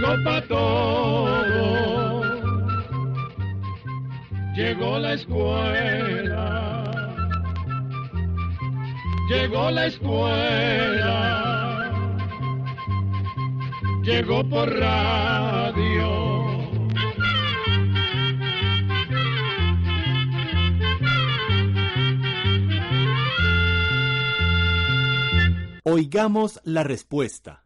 pa' todo. Llegó la escuela, llegó la escuela, llegó por radio. Oigamos la respuesta.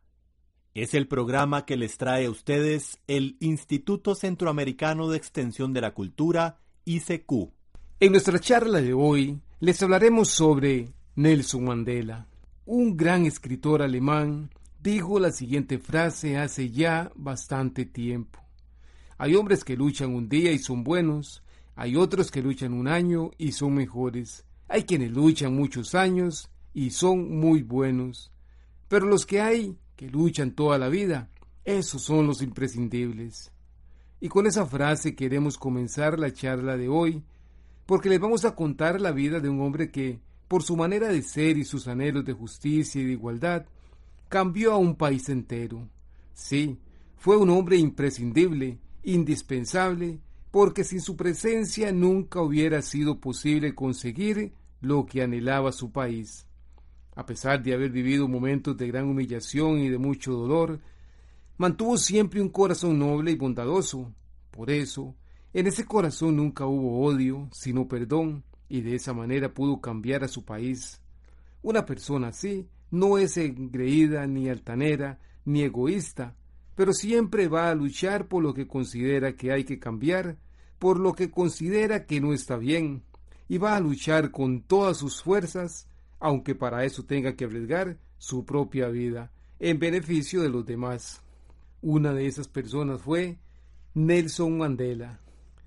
Es el programa que les trae a ustedes el Instituto Centroamericano de Extensión de la Cultura, ICQ. En nuestra charla de hoy les hablaremos sobre Nelson Mandela. Un gran escritor alemán dijo la siguiente frase hace ya bastante tiempo. Hay hombres que luchan un día y son buenos, hay otros que luchan un año y son mejores, hay quienes luchan muchos años y son muy buenos, pero los que hay que luchan toda la vida, esos son los imprescindibles. Y con esa frase queremos comenzar la charla de hoy, porque les vamos a contar la vida de un hombre que, por su manera de ser y sus anhelos de justicia y de igualdad, cambió a un país entero. Sí, fue un hombre imprescindible, indispensable, porque sin su presencia nunca hubiera sido posible conseguir lo que anhelaba su país. A pesar de haber vivido momentos de gran humillación y de mucho dolor, mantuvo siempre un corazón noble y bondadoso. Por eso, en ese corazón nunca hubo odio, sino perdón, y de esa manera pudo cambiar a su país. Una persona así no es engreída, ni altanera, ni egoísta, pero siempre va a luchar por lo que considera que hay que cambiar, por lo que considera que no está bien, y va a luchar con todas sus fuerzas, aunque para eso tenga que arriesgar su propia vida, en beneficio de los demás. Una de esas personas fue Nelson Mandela,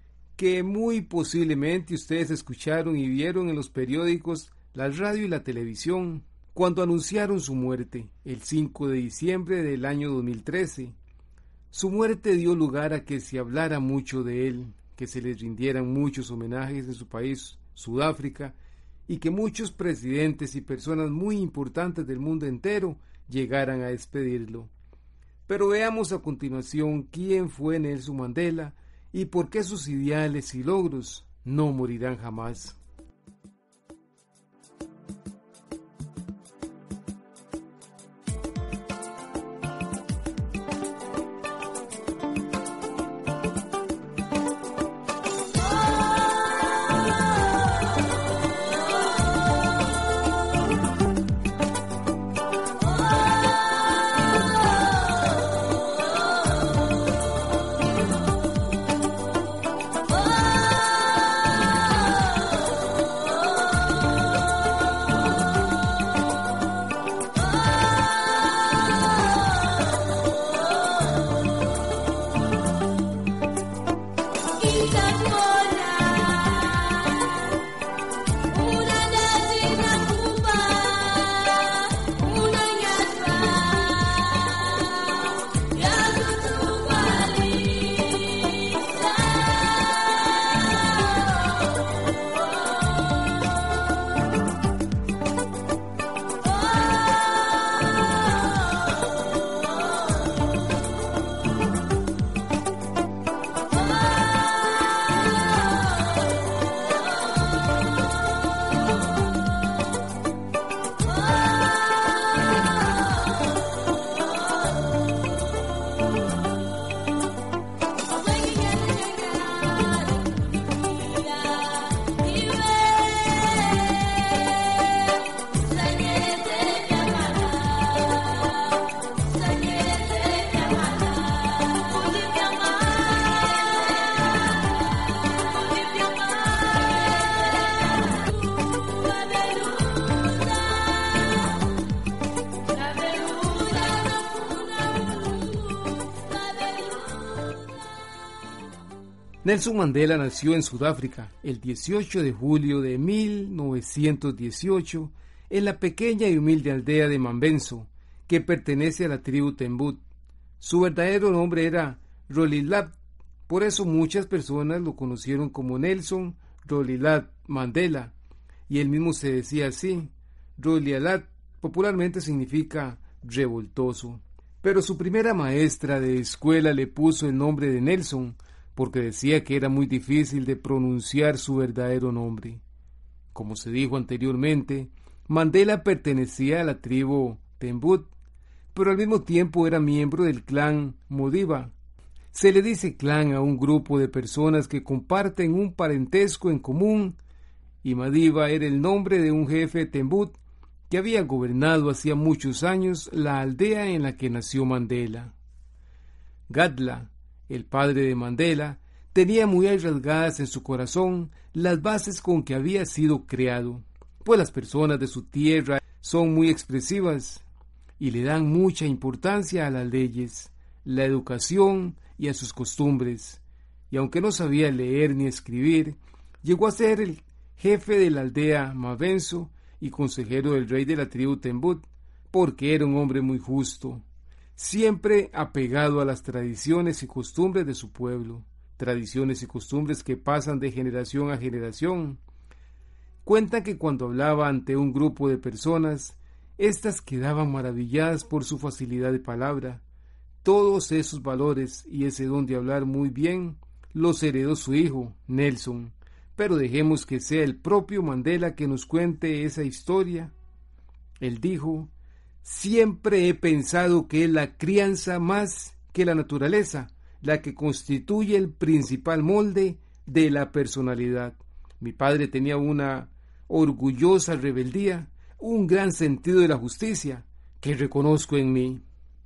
que muy posiblemente ustedes escucharon y vieron en los periódicos, la radio y la televisión, cuando anunciaron su muerte, el 5 de diciembre del año 2013. Su muerte dio lugar a que se hablara mucho de él, que se le rindieran muchos homenajes en su país, Sudáfrica, y que muchos presidentes y personas muy importantes del mundo entero llegaran a despedirlo. Pero veamos a continuación quién fue Nelson Mandela y por qué sus ideales y logros no morirán jamás. Nelson Mandela nació en Sudáfrica el 18 de julio de 1918 en la pequeña y humilde aldea de Mambenzo, que pertenece a la tribu Tembut. Su verdadero nombre era Rolihlahla, por eso muchas personas lo conocieron como Nelson Rolihlahla Mandela, y él mismo se decía así. Rolihlahla popularmente significa revoltoso. Pero su primera maestra de escuela le puso el nombre de Nelson, porque decía que era muy difícil de pronunciar su verdadero nombre. Como se dijo anteriormente, Mandela pertenecía a la tribu Tembut, pero al mismo tiempo era miembro del clan Modiba. Se le dice clan a un grupo de personas que comparten un parentesco en común, y Madiba era el nombre de un jefe Tembut que había gobernado hacía muchos años la aldea en la que nació Mandela. Gadla, el padre de Mandela, tenía muy arraigadas en su corazón las bases con que había sido creado, pues las personas de su tierra son muy expresivas y le dan mucha importancia a las leyes, la educación y a sus costumbres, y aunque no sabía leer ni escribir, llegó a ser el jefe de la aldea Mabenzo y consejero del rey de la tribu Tembut, porque era un hombre muy justo, siempre apegado a las tradiciones y costumbres de su pueblo, tradiciones y costumbres que pasan de generación a generación. Cuenta que cuando hablaba ante un grupo de personas, éstas quedaban maravilladas por su facilidad de palabra. Todos esos valores y ese don de hablar muy bien los heredó su hijo, Nelson, pero dejemos que sea el propio Mandela que nos cuente esa historia. Él dijo: «Siempre he pensado que es la crianza más que la naturaleza la que constituye el principal molde de la personalidad. Mi padre tenía una orgullosa rebeldía, un gran sentido de la justicia, que reconozco en mí».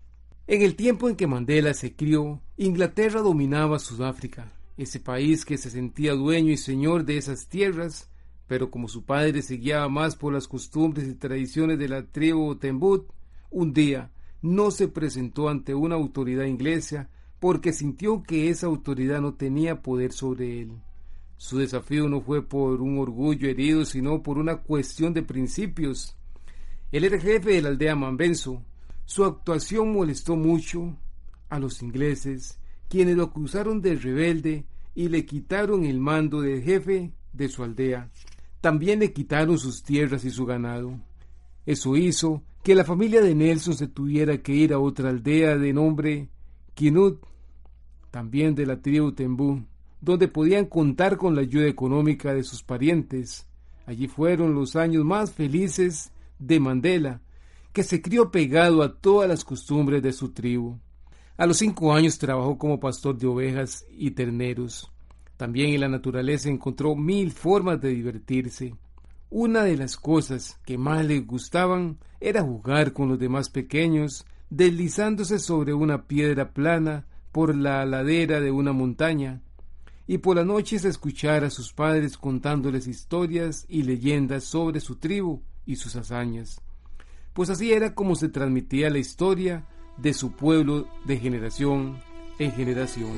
En el tiempo en que Mandela se crió, Inglaterra dominaba Sudáfrica, ese país que se sentía dueño y señor de esas tierras, pero como su padre se guiaba más por las costumbres y tradiciones de la tribu Tembut, un día no se presentó ante una autoridad inglesa porque sintió que esa autoridad no tenía poder sobre él. Su desafío no fue por un orgullo herido, sino por una cuestión de principios. Él era jefe de la aldea Mabenzo. Su actuación molestó mucho a los ingleses, quienes lo acusaron de rebelde y le quitaron el mando de jefe de su aldea. También le quitaron sus tierras y su ganado. Eso hizo que la familia de Nelson se tuviera que ir a otra aldea de nombre Kinut, también de la tribu Tembú, donde podían contar con la ayuda económica de sus parientes. Allí fueron los años más felices de Mandela, que se crió pegado a todas las costumbres de su tribu. A los 5 años trabajó como pastor de ovejas y terneros. También en la naturaleza encontró 1000 formas de divertirse. Una de las cosas que más le gustaban era jugar con los demás pequeños, deslizándose sobre una piedra plana por la ladera de una montaña, y por las noches escuchar a sus padres contándoles historias y leyendas sobre su tribu y sus hazañas. Pues así era como se transmitía la historia de su pueblo de generación en generación.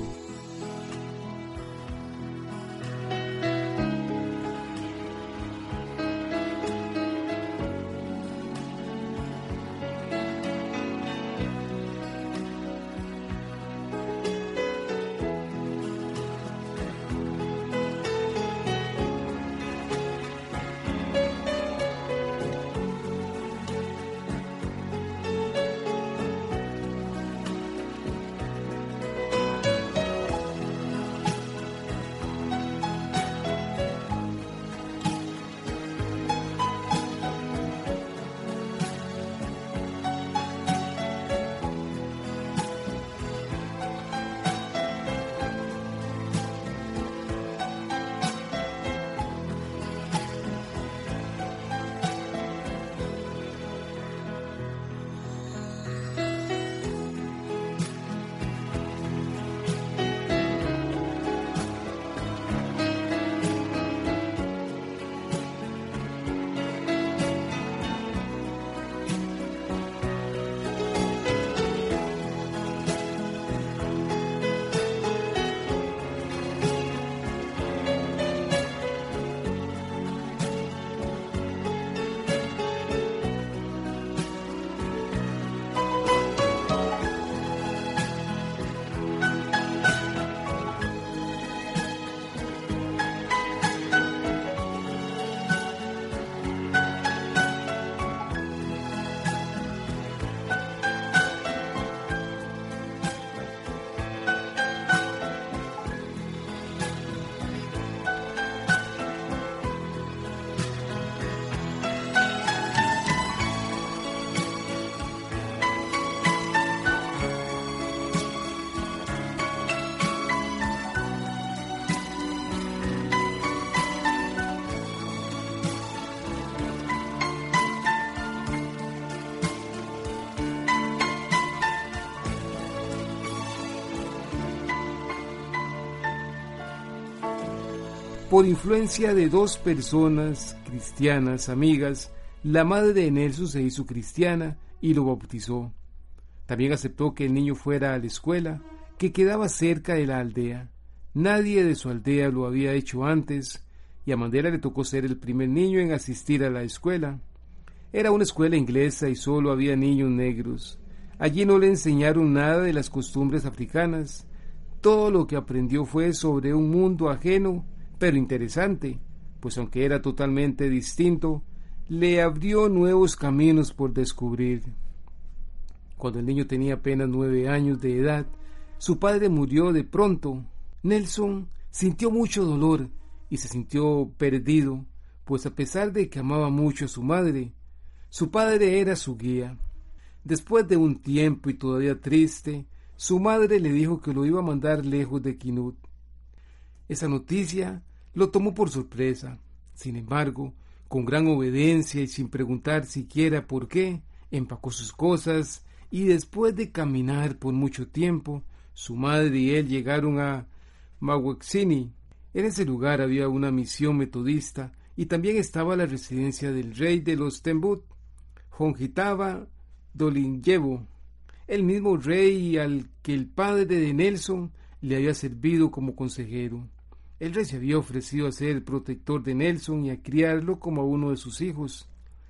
por influencia de dos personas cristianas amigas, la madre de Nelson se hizo cristiana y lo bautizó. También aceptó que el niño fuera a la escuela, que quedaba cerca de la aldea. Nadie de su aldea lo había hecho antes, y a Mandela le tocó ser el primer niño en asistir a la escuela. Era una escuela inglesa y solo había niños negros. Allí no le enseñaron nada de las costumbres africanas. Todo lo que aprendió fue sobre un mundo ajeno, pero interesante, pues aunque era totalmente distinto, le abrió nuevos caminos por descubrir. Cuando el niño tenía apenas 9 años de edad, su padre murió de pronto. Nelson sintió mucho dolor y se sintió perdido, pues a pesar de que amaba mucho a su madre, su padre era su guía. Después de un tiempo y todavía triste, su madre le dijo que lo iba a mandar lejos de Quinut. Esa noticia lo tomó por sorpresa. Sin embargo, con gran obediencia y sin preguntar siquiera por qué, empacó sus cosas y después de caminar por mucho tiempo, su madre y él llegaron a Mawexini. En ese lugar había una misión metodista y también estaba la residencia del rey de los Tembut, Jonjitaba Dolinyevo, el mismo rey al que el padre de Nelson le había servido como consejero. El rey se había ofrecido a ser el protector de Nelson y a criarlo como a uno de sus hijos.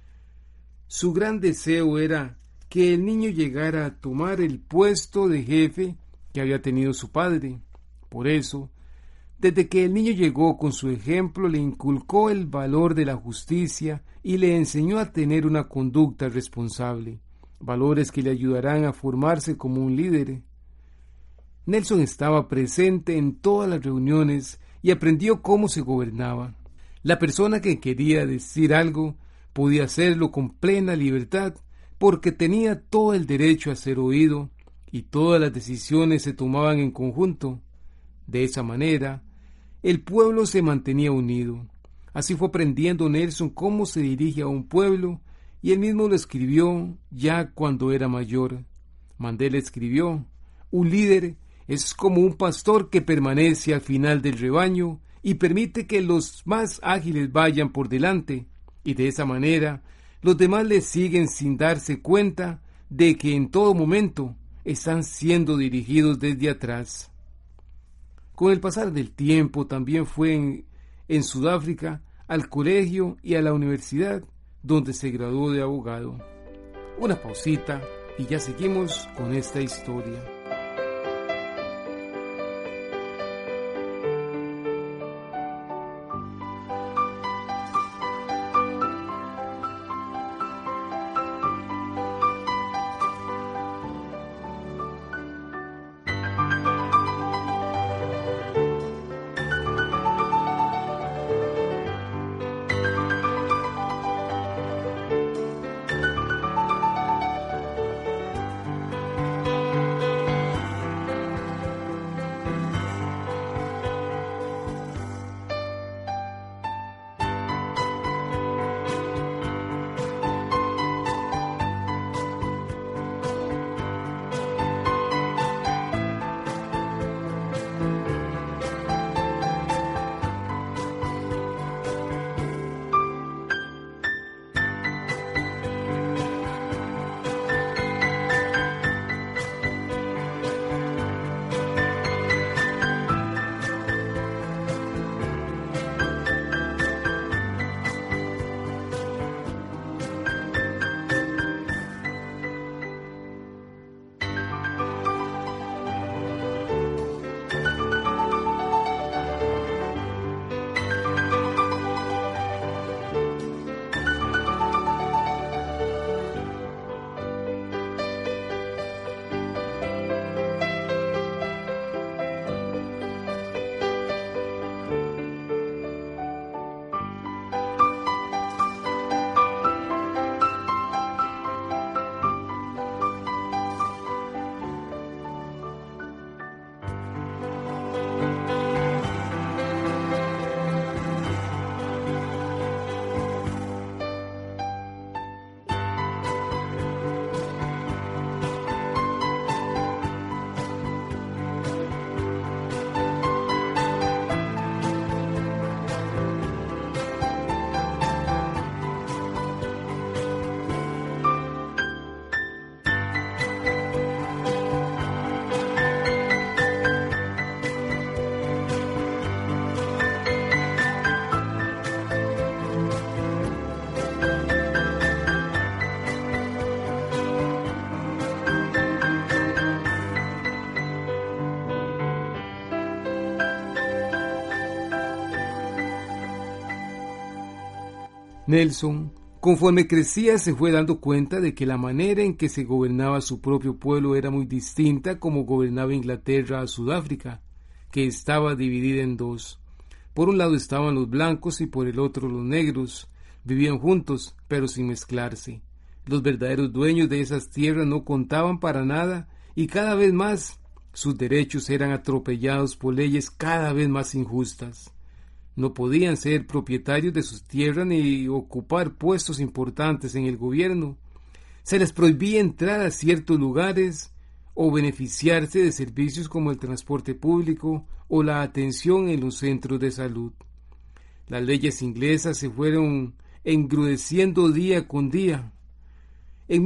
Su gran deseo era que el niño llegara a tomar el puesto de jefe que había tenido su padre. Por eso, desde que el niño llegó con su ejemplo, le inculcó el valor de la justicia y le enseñó a tener una conducta responsable, valores que le ayudarán a formarse como un líder. Nelson estaba presente en todas las reuniones y aprendió cómo se gobernaba. La persona que quería decir algo podía hacerlo con plena libertad porque tenía todo el derecho a ser oído y todas las decisiones se tomaban en conjunto. De esa manera, el pueblo se mantenía unido. Así fue aprendiendo Nelson cómo se dirige a un pueblo y él mismo lo escribió ya cuando era mayor. Mandela escribió: un líder es como un pastor que permanece al final del rebaño y permite que los más ágiles vayan por delante, y de esa manera los demás le siguen sin darse cuenta de que en todo momento están siendo dirigidos desde atrás. Con el pasar del tiempo también fue en Sudáfrica al colegio y a la universidad, donde se graduó de abogado. Una pausita y ya seguimos con esta historia. Nelson, conforme crecía, se fue dando cuenta de que la manera en que se gobernaba su propio pueblo era muy distinta como gobernaba Inglaterra a Sudáfrica, que estaba dividida en dos. Por un lado estaban los blancos y por el otro los negros. Vivían juntos, pero sin mezclarse. Los verdaderos dueños de esas tierras no contaban para nada y cada vez más sus derechos eran atropellados por leyes cada vez más injustas. No podían ser propietarios de sus tierras ni ocupar puestos importantes en el gobierno. Se les prohibía entrar a ciertos lugares o beneficiarse de servicios como el transporte público o la atención en los centros de salud. Las leyes inglesas se fueron engrudeciendo día con día. En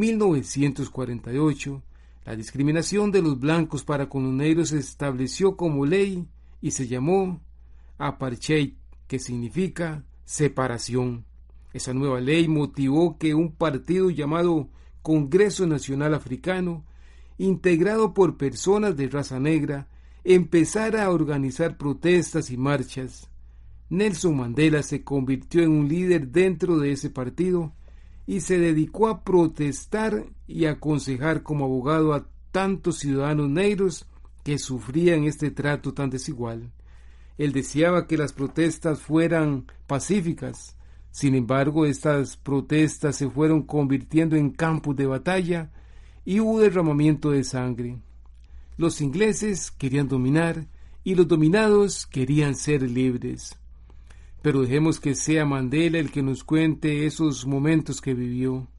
1948, la discriminación de los blancos para con los negros se estableció como ley y se llamó apartheid, que significa separación. Esa nueva ley motivó que un partido llamado Congreso Nacional Africano, integrado por personas de raza negra, empezara a organizar protestas y marchas. Nelson Mandela se convirtió en un líder dentro de ese partido y se dedicó a protestar y aconsejar como abogado a tantos ciudadanos negros que sufrían este trato tan desigual. Él deseaba que las protestas fueran pacíficas. Sin embargo, estas protestas se fueron convirtiendo en campos de batalla y hubo derramamiento de sangre. Los ingleses querían dominar y los dominados querían ser libres. Pero dejemos que sea Mandela el que nos cuente esos momentos que vivió.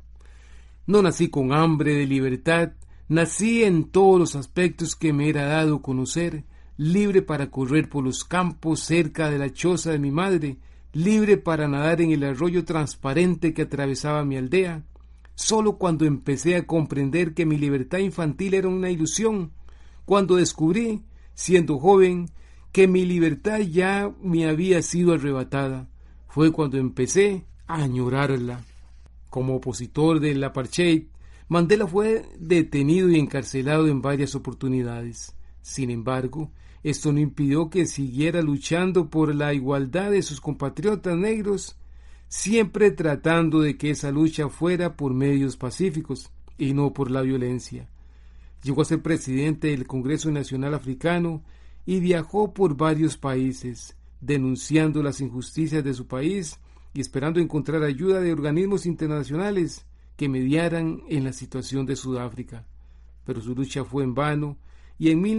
No nací con hambre de libertad, nací en todos los aspectos que me era dado conocer, libre para correr por los campos cerca de la choza de mi madre, libre para nadar en el arroyo transparente que atravesaba mi aldea. Solo cuando empecé a comprender que mi libertad infantil era una ilusión, cuando descubrí, siendo joven, que mi libertad ya me había sido arrebatada, fue cuando empecé a añorarla. Como opositor del apartheid, Mandela fue detenido y encarcelado en varias oportunidades. Sin embargo, esto no impidió que siguiera luchando por la igualdad de sus compatriotas negros, siempre tratando de que esa lucha fuera por medios pacíficos y no por la violencia. Llegó a ser presidente del Congreso Nacional Africano y viajó por varios países, denunciando las injusticias de su país y esperando encontrar ayuda de organismos internacionales que mediaran en la situación de Sudáfrica. Pero su lucha fue en vano y en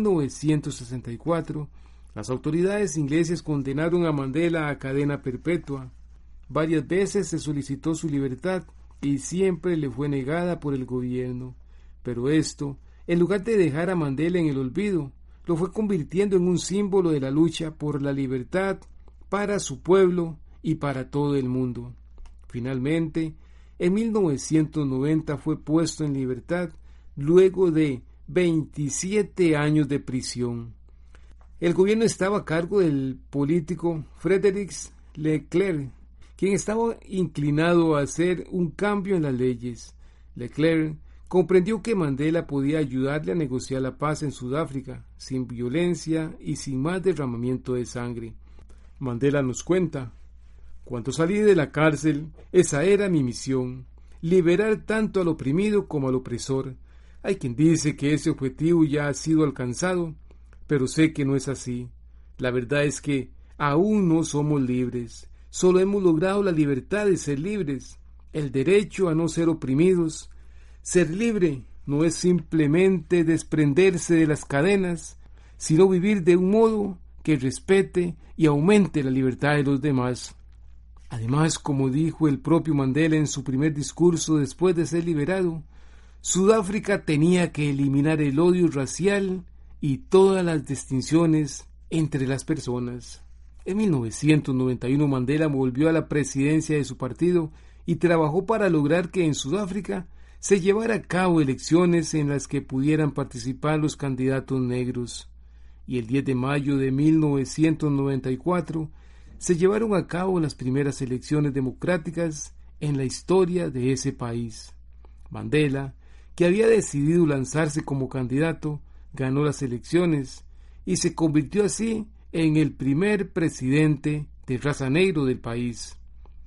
1964 las autoridades inglesas condenaron a Mandela a cadena perpetua. Varias veces se solicitó su libertad y siempre le fue negada por el gobierno. Pero esto, en lugar de dejar a Mandela en el olvido, lo fue convirtiendo en un símbolo de la lucha por la libertad para su pueblo y para todo el mundo. Finalmente, en 1990 fue puesto en libertad luego de 27 años de prisión. El gobierno estaba a cargo del político Frédéric Leclerc, quien estaba inclinado a hacer un cambio en las leyes. Leclerc comprendió que Mandela podía ayudarle a negociar la paz en Sudáfrica, sin violencia y sin más derramamiento de sangre. Mandela nos cuenta: cuando salí de la cárcel, esa era mi misión, liberar tanto al oprimido como al opresor. Hay quien dice que ese objetivo ya ha sido alcanzado, pero sé que no es así. La verdad es que aún no somos libres, solo hemos logrado la libertad de ser libres, el derecho a no ser oprimidos. Ser libre no es simplemente desprenderse de las cadenas, sino vivir de un modo que respete y aumente la libertad de los demás. Además, como dijo el propio Mandela en su primer discurso después de ser liberado, Sudáfrica tenía que eliminar el odio racial y todas las distinciones entre las personas. En 1991 Mandela volvió a la presidencia de su partido y trabajó para lograr que en Sudáfrica se llevara a cabo elecciones en las que pudieran participar los candidatos negros. Y el 10 de mayo de 1994 se llevaron a cabo las primeras elecciones democráticas en la historia de ese país. Mandela, que había decidido lanzarse como candidato, ganó las elecciones y se convirtió así en el primer presidente de raza negra del país.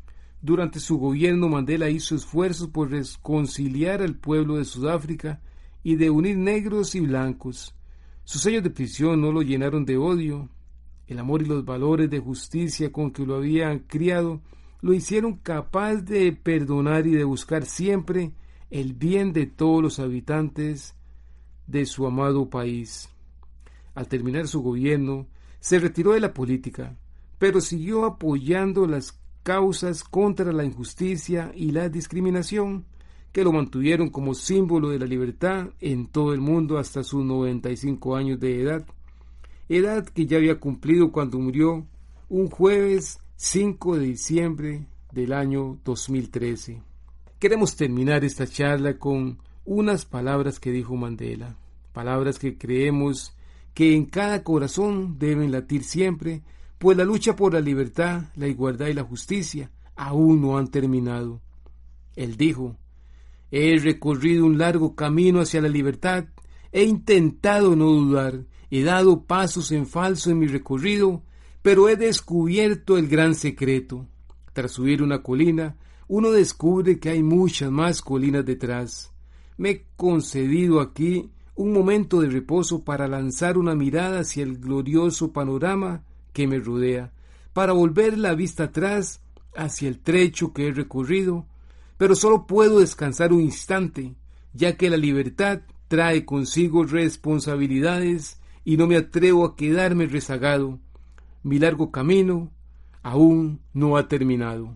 Durante su gobierno, Mandela hizo esfuerzos por reconciliar al pueblo de Sudáfrica y de unir negros y blancos. Sus años de prisión no lo llenaron de odio. El amor y los valores de justicia con que lo habían criado lo hicieron capaz de perdonar y de buscar siempre el bien de todos los habitantes de su amado país. Al terminar su gobierno, se retiró de la política, pero siguió apoyando las causas contra la injusticia y la discriminación, que lo mantuvieron como símbolo de la libertad en todo el mundo hasta sus 95 años de edad que ya había cumplido cuando murió un jueves 5 de diciembre del año 2013. Queremos terminar esta charla con unas palabras que dijo Mandela, palabras que creemos que en cada corazón deben latir siempre, pues la lucha por la libertad, la igualdad y la justicia aún no han terminado. Él dijo: he recorrido un largo camino hacia la libertad, he intentado no dudar, he dado pasos en falso en mi recorrido, pero he descubierto el gran secreto. Tras subir una colina, uno descubre que hay muchas más colinas detrás. Me he concedido aquí un momento de reposo para lanzar una mirada hacia el glorioso panorama que me rodea, para volver la vista atrás hacia el trecho que he recorrido, pero solo puedo descansar un instante, ya que la libertad trae consigo responsabilidades y no me atrevo a quedarme rezagado. Mi largo camino aún no ha terminado.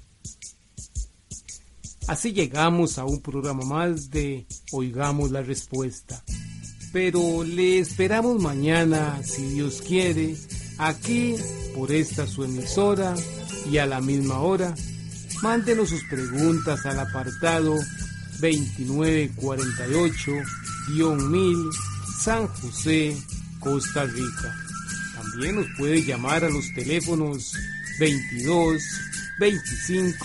Así llegamos a un programa más de Oigamos la Respuesta. Pero le esperamos mañana, si Dios quiere, aquí por esta su emisora y a la misma hora. Mándenos sus preguntas al apartado 2948-1000 San José, Costa Rica. También nos puede llamar a los teléfonos 22 25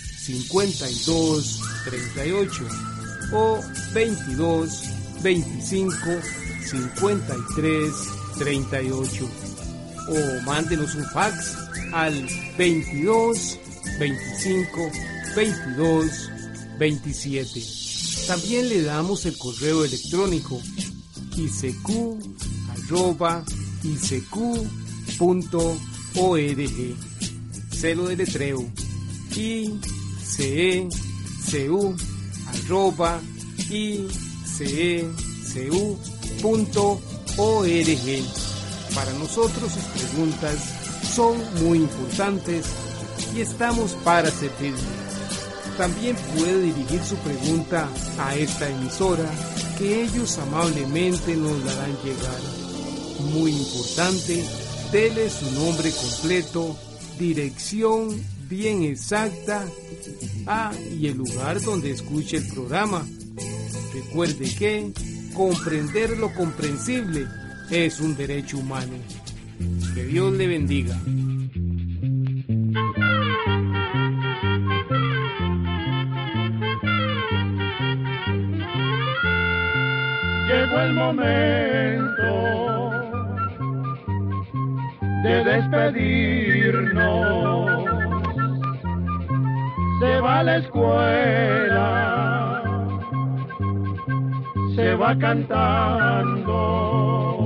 52 38 o 22 25 53 38, o mándenos un fax al 22 25 22 27. También le damos el correo electrónico icq@icq.org. Se lo deletreo: icq@icq.org. Para nosotros sus preguntas son muy importantes y estamos para servirle. También puede dirigir su pregunta a esta emisora, que ellos amablemente nos la harán llegar. Muy importante, dele su nombre completo, dirección bien exacta, y el lugar donde escuche el programa. Recuerde que comprender lo comprensible es un derecho humano. Que Dios le bendiga. Llegó el momento de despedirnos. Se va a la escuela, se va cantando.